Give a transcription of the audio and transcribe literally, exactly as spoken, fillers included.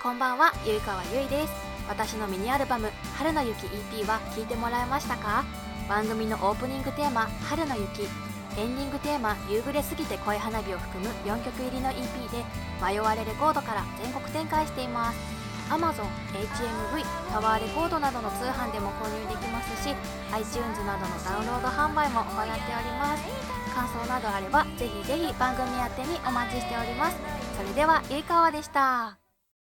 こんばんは、ゆいかわゆいです。私のミニアルバム春の雪 イーピー は聴いてもらえましたか？番組のオープニングテーマ春の雪、エンディングテーマ夕暮れすぎて恋花火を含むよんきょく入りの イーピー で迷われレコードから全国展開しています。 Amazon、エイチエムブイ、タワーレコードなどの通販でも購入できますし iTunes などのダウンロード販売も行っております。感想などあればぜひぜひ番組宛てにお待ちしております。それではゆいかわでした。